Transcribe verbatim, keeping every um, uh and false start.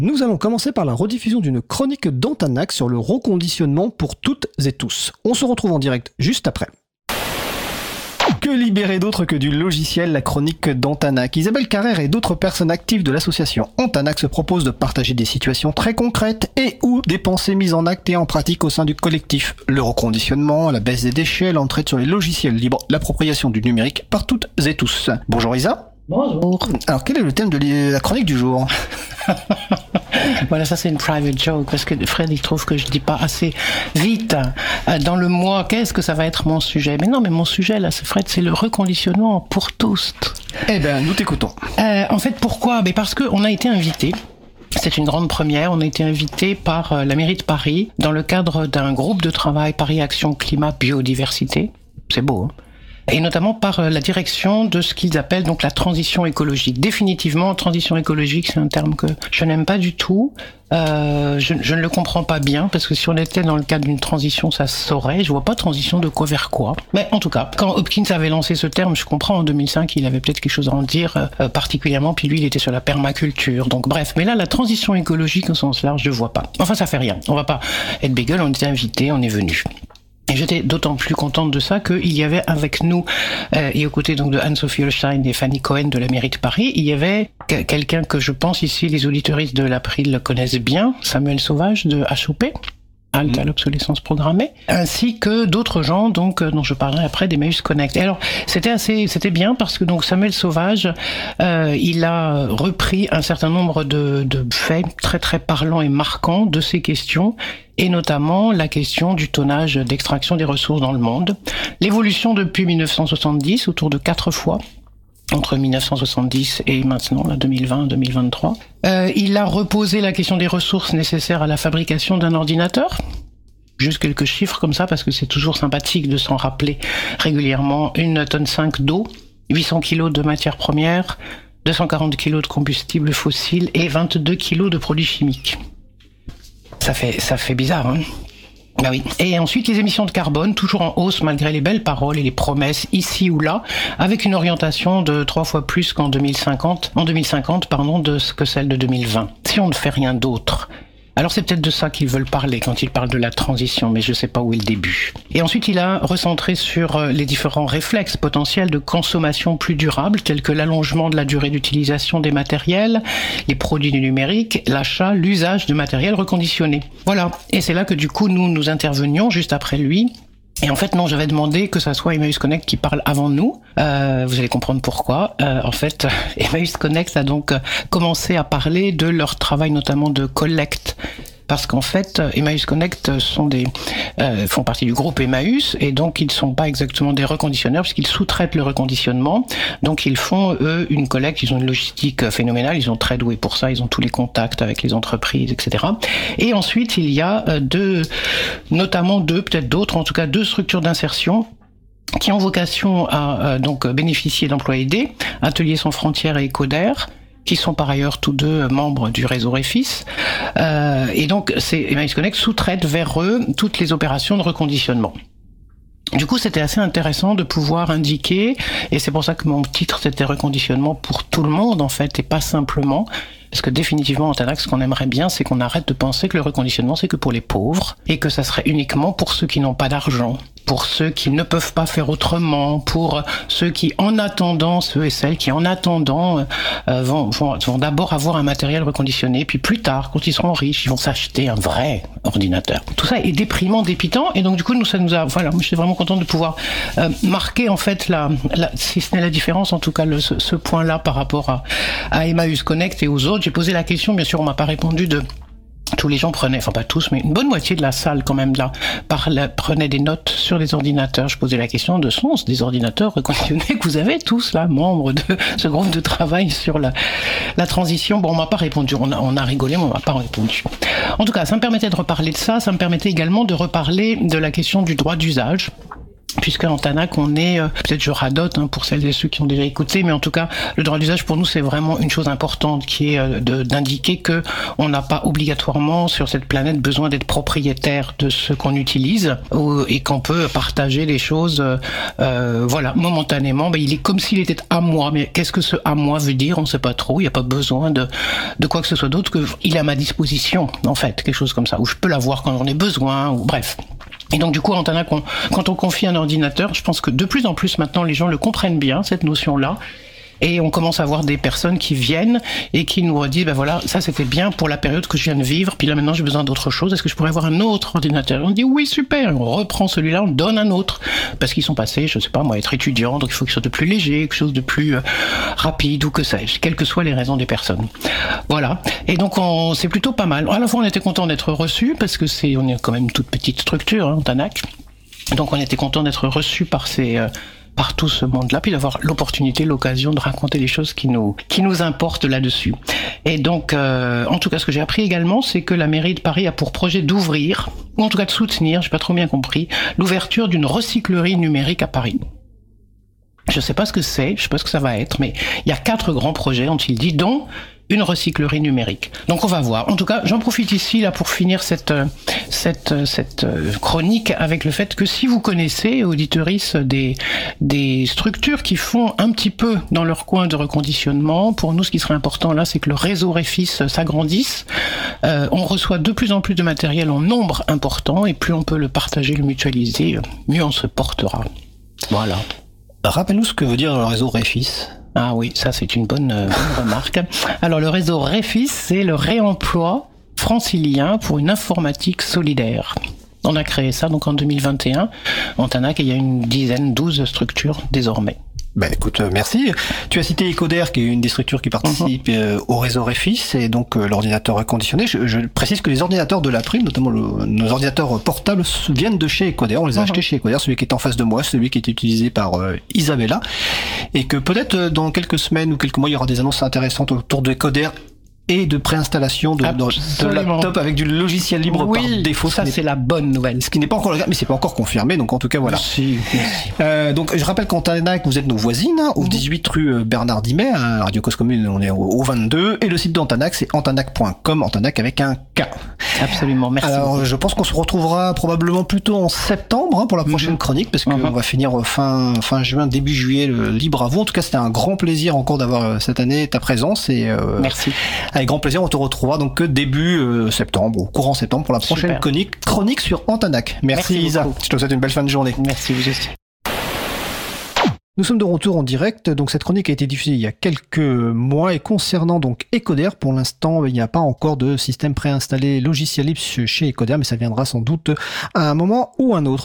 Nous allons commencer par la rediffusion d'une chronique d'Antanax sur le reconditionnement pour toutes et tous. On se retrouve en direct juste après. Que libérer d'autre que du logiciel, la chronique d'Antanax. Isabelle Carrère et d'autres personnes actives de l'association Antanax se proposent de partager des situations très concrètes et ou des pensées mises en acte et en pratique au sein du collectif. Le reconditionnement, la baisse des déchets, l'entraide sur les logiciels libres, l'appropriation du numérique par toutes et tous. Bonjour Isa. Bonjour. Alors quel est le thème de la chronique du jour? Voilà, ça c'est une private joke parce que Fred il trouve que je dis pas assez vite. Dans le mois, qu'est-ce que ça va être mon sujet? Mais non, mais mon sujet là, c'est Fred, c'est le reconditionnement pour tous. Eh ben, nous t'écoutons. Euh, en fait, pourquoi? Mais parce que on a été invité. C'est une grande première. On a été invité par la mairie de Paris dans le cadre d'un groupe de travail Paris Action Climat Biodiversité. C'est beau, hein? Et notamment par la direction de ce qu'ils appellent donc la transition écologique. Définitivement, transition écologique, c'est un terme que je n'aime pas du tout. Euh, je, je ne le comprends pas bien, parce que si on était dans le cadre d'une transition, ça se saurait. Je vois pas transition de quoi vers quoi. Mais en tout cas, quand Hopkins avait lancé ce terme, je comprends, en deux mille cinq, il avait peut-être quelque chose à en dire euh, particulièrement, puis lui, il était sur la permaculture. Donc bref, mais là, la transition écologique au sens large, je vois pas. Enfin, ça fait rien. On va pas être bégueule, on était invité, on est venu. Et j'étais d'autant plus contente de ça qu'il y avait avec nous, euh, et aux côtés donc de Anne-Sophie Holstein et Fanny Cohen de la mairie de Paris, il y avait quelqu'un que je pense ici, les auditeuristes de l'April le connaissent bien, Samuel Sauvage de H O P, halte à l'obsolescence programmée, ainsi que d'autres gens donc dont je parlerai après d'Emmaüs Connect. Et alors c'était assez, c'était bien parce que donc Samuel Sauvage, euh, il a repris un certain nombre de, de faits très très parlants et marquants de ces questions, et notamment la question du tonnage d'extraction des ressources dans le monde, l'évolution depuis mille neuf cent soixante-dix autour de quatre fois. Entre mille neuf cent soixante-dix et maintenant, là, deux mille vingt deux mille vingt-trois. Euh, il a reposé la question des ressources nécessaires à la fabrication d'un ordinateur. Juste quelques chiffres comme ça, parce que c'est toujours sympathique de s'en rappeler régulièrement. Une tonne cinq d'eau, huit cents kilos de matières premières, deux cent quarante kilos de combustible fossile et vingt-deux kilos de produits chimiques. Ça fait, ça fait bizarre, hein? Bah oui. Et ensuite, les émissions de carbone, toujours en hausse malgré les belles paroles et les promesses ici ou là, avec une orientation de trois fois plus qu'en deux mille cinquante, en deux mille cinquante, pardon, de ce que celle de deux mille vingt. Si on ne fait rien d'autre. Alors c'est peut-être de ça qu'ils veulent parler quand ils parlent de la transition, mais je sais pas où est le début. Et ensuite, il a recentré sur les différents réflexes potentiels de consommation plus durable, tels que l'allongement de la durée d'utilisation des matériels, les produits du numérique, l'achat, l'usage de matériel reconditionné. Voilà. Et c'est là que du coup, nous, nous intervenions juste après lui. Et en fait, non, j'avais demandé que ça soit Emmaüs Connect qui parle avant nous. Euh, vous allez comprendre pourquoi. Euh, en fait, Emmaüs Connect a donc commencé à parler de leur travail, notamment de collecte. Parce qu'en fait, Emmaüs Connect sont des, euh, font partie du groupe Emmaüs, et donc ils ne sont pas exactement des reconditionneurs, puisqu'ils sous-traitent le reconditionnement. Donc ils font, eux, une collecte, ils ont une logistique phénoménale, ils sont très doués pour ça, ils ont tous les contacts avec les entreprises, et cetera. Et ensuite, il y a deux, notamment deux, peut-être d'autres, en tout cas deux structures d'insertion qui ont vocation à euh, donc bénéficier d'emplois aidés, Ateliers sans frontières et Ecoder, qui sont par ailleurs tous deux membres du réseau Refis. Euh, et donc, c'est Emmaüs Connect sous-traite vers eux toutes les opérations de reconditionnement. Du coup, c'était assez intéressant de pouvoir indiquer, et c'est pour ça que mon titre, c'était reconditionnement pour tout le monde, en fait, et pas simplement, parce que définitivement, en Antanax, ce qu'on aimerait bien, c'est qu'on arrête de penser que le reconditionnement, c'est que pour les pauvres, et que ça serait uniquement pour ceux qui n'ont pas d'argent, pour ceux qui ne peuvent pas faire autrement, pour ceux qui, en attendant, ceux et celles qui, en attendant, euh, vont, vont, vont d'abord avoir un matériel reconditionné, puis plus tard, quand ils seront riches, ils vont s'acheter un vrai ordinateur. Tout ça est déprimant, dépitant, et donc du coup, nous, ça nous a, voilà, moi, j'étais vraiment content de pouvoir euh, marquer, en fait, la, la, si ce n'est la différence, en tout cas, le, ce, ce point-là par rapport à, à Emmaüs Connect et aux autres. J'ai posé la question, bien sûr, on m'a pas répondu de... Tous les gens prenaient, enfin pas tous, mais une bonne moitié de la salle quand même là, parlait, prenait des notes sur les ordinateurs. Je posais la question de sont-ce des ordinateurs reconditionnés que vous avez tous là, membres de ce groupe de travail sur la, la transition. Bon, on m'a pas répondu, on a, on a rigolé, mais on m'a pas répondu. En tout cas, ça me permettait de reparler de ça, ça me permettait également de reparler de la question du droit d'usage. puisque en Tanac, on est, euh, peut-être je radote hein, pour celles et ceux qui ont déjà écouté, mais en tout cas, le droit d'usage pour nous, c'est vraiment une chose importante qui est euh, de, d'indiquer que on n'a pas obligatoirement sur cette planète besoin d'être propriétaire de ce qu'on utilise ou, et qu'on peut partager les choses, euh, voilà, momentanément. Ben, il est comme s'il était à moi, mais qu'est-ce que ce à moi veut dire? On ne sait pas trop. Il n'y a pas besoin de, de quoi que ce soit d'autre que il est à ma disposition, en fait, quelque chose comme ça, où je peux l'avoir quand j'en ai besoin, ou bref. Et donc du coup, en Tanac, on, quand on confie un ordinateur, je pense que de plus en plus maintenant, les gens le comprennent bien, cette notion-là. Et on commence à voir des personnes qui viennent et qui nous redisent, ben voilà, ça c'était bien pour la période que je viens de vivre, puis là maintenant j'ai besoin d'autre chose, est-ce que je pourrais avoir un autre ordinateur? On dit oui, super, on reprend celui-là, on donne un autre, parce qu'ils sont passés, je sais pas moi, être étudiants, donc il faut quelque chose de plus léger, quelque chose de plus euh, rapide, ou que sais-je, quelles que soient les raisons des personnes. Voilà, et donc on, c'est plutôt pas mal. À la fois on était content d'être reçus, parce que c'est, on est quand même une toute petite structure, hein, Tanac, donc on était content d'être reçus par ces... Euh, par tout ce monde-là, puis d'avoir l'opportunité, l'occasion de raconter les choses qui nous qui nous importent là-dessus. Et donc, euh, en tout cas, ce que j'ai appris également, c'est que la mairie de Paris a pour projet d'ouvrir, ou en tout cas de soutenir, j'ai pas trop bien compris, l'ouverture d'une recyclerie numérique à Paris. Je sais pas ce que c'est, je sais pas ce que ça va être, mais il y a quatre grands projets, ont-ils dit, dont une recyclerie numérique. Donc on va voir. En tout cas, j'en profite ici là pour finir cette cette cette chronique avec le fait que si vous connaissez, auditeuristes, des des structures qui font un petit peu dans leur coin de reconditionnement, pour nous ce qui serait important là, c'est que le réseau Refis s'agrandisse. Euh, on reçoit de plus en plus de matériel en nombre important et plus on peut le partager, le mutualiser, mieux on se portera. Voilà. Rappelle-nous ce que veut dire le réseau Refis. Ah oui, ça c'est une bonne, euh, bonne remarque. Alors le réseau Refis, c'est le réemploi francilien pour une informatique solidaire. On a créé ça donc en deux mille vingt et un en Tanac et il y a une dizaine, douze structures désormais. Ben écoute, euh, merci. Tu as cité Ecoder, qui est une des structures qui participe mmh. euh, au réseau Refis, et donc euh, l'ordinateur reconditionné. Je, je précise que les ordinateurs de l'April, notamment le, nos ordinateurs portables, viennent de chez Ecoder. On les a mmh. achetés chez Ecoder, celui qui est en face de moi, celui qui est utilisé par euh, Isabella, et que peut-être euh, dans quelques semaines ou quelques mois, il y aura des annonces intéressantes autour de Ecoder et de préinstallation de, de, de laptop avec du logiciel libre oui, par défaut. Ça, c'est la bonne nouvelle. Ce qui n'est pas encore le cas, mais c'est pas encore confirmé, donc en tout cas, voilà. Merci, merci. Euh, donc, je rappelle qu'en Tanac, vous êtes nos voisines, hein, au mmh. dix-huit rue Bernard Dimet, à Radio Cause Commune, on est au, au vingt-deux, et le site d'Antanac, c'est antanac point com, Antanac avec un K. Absolument, merci. Alors, beaucoup. Je pense qu'on se retrouvera probablement plutôt en septembre, hein, pour la prochaine mmh. chronique, parce qu'on mmh. va finir fin, fin juin, début juillet, le libre à vous. En tout cas, c'était un grand plaisir encore d'avoir cette année ta présence, et euh, merci. Avec grand plaisir, on te retrouve donc début euh, septembre, ou courant septembre, pour la prochaine Super. chronique, chronique sur Antanac. Merci, Merci Isa. Je te souhaite une belle fin de journée. Merci vous aussi. Nous sommes de retour en direct, donc cette chronique a été diffusée il y a quelques mois et concernant donc Ecoder, pour l'instant il n'y a pas encore de système préinstallé logiciel libre chez Ecoder, mais ça viendra sans doute à un moment ou un autre.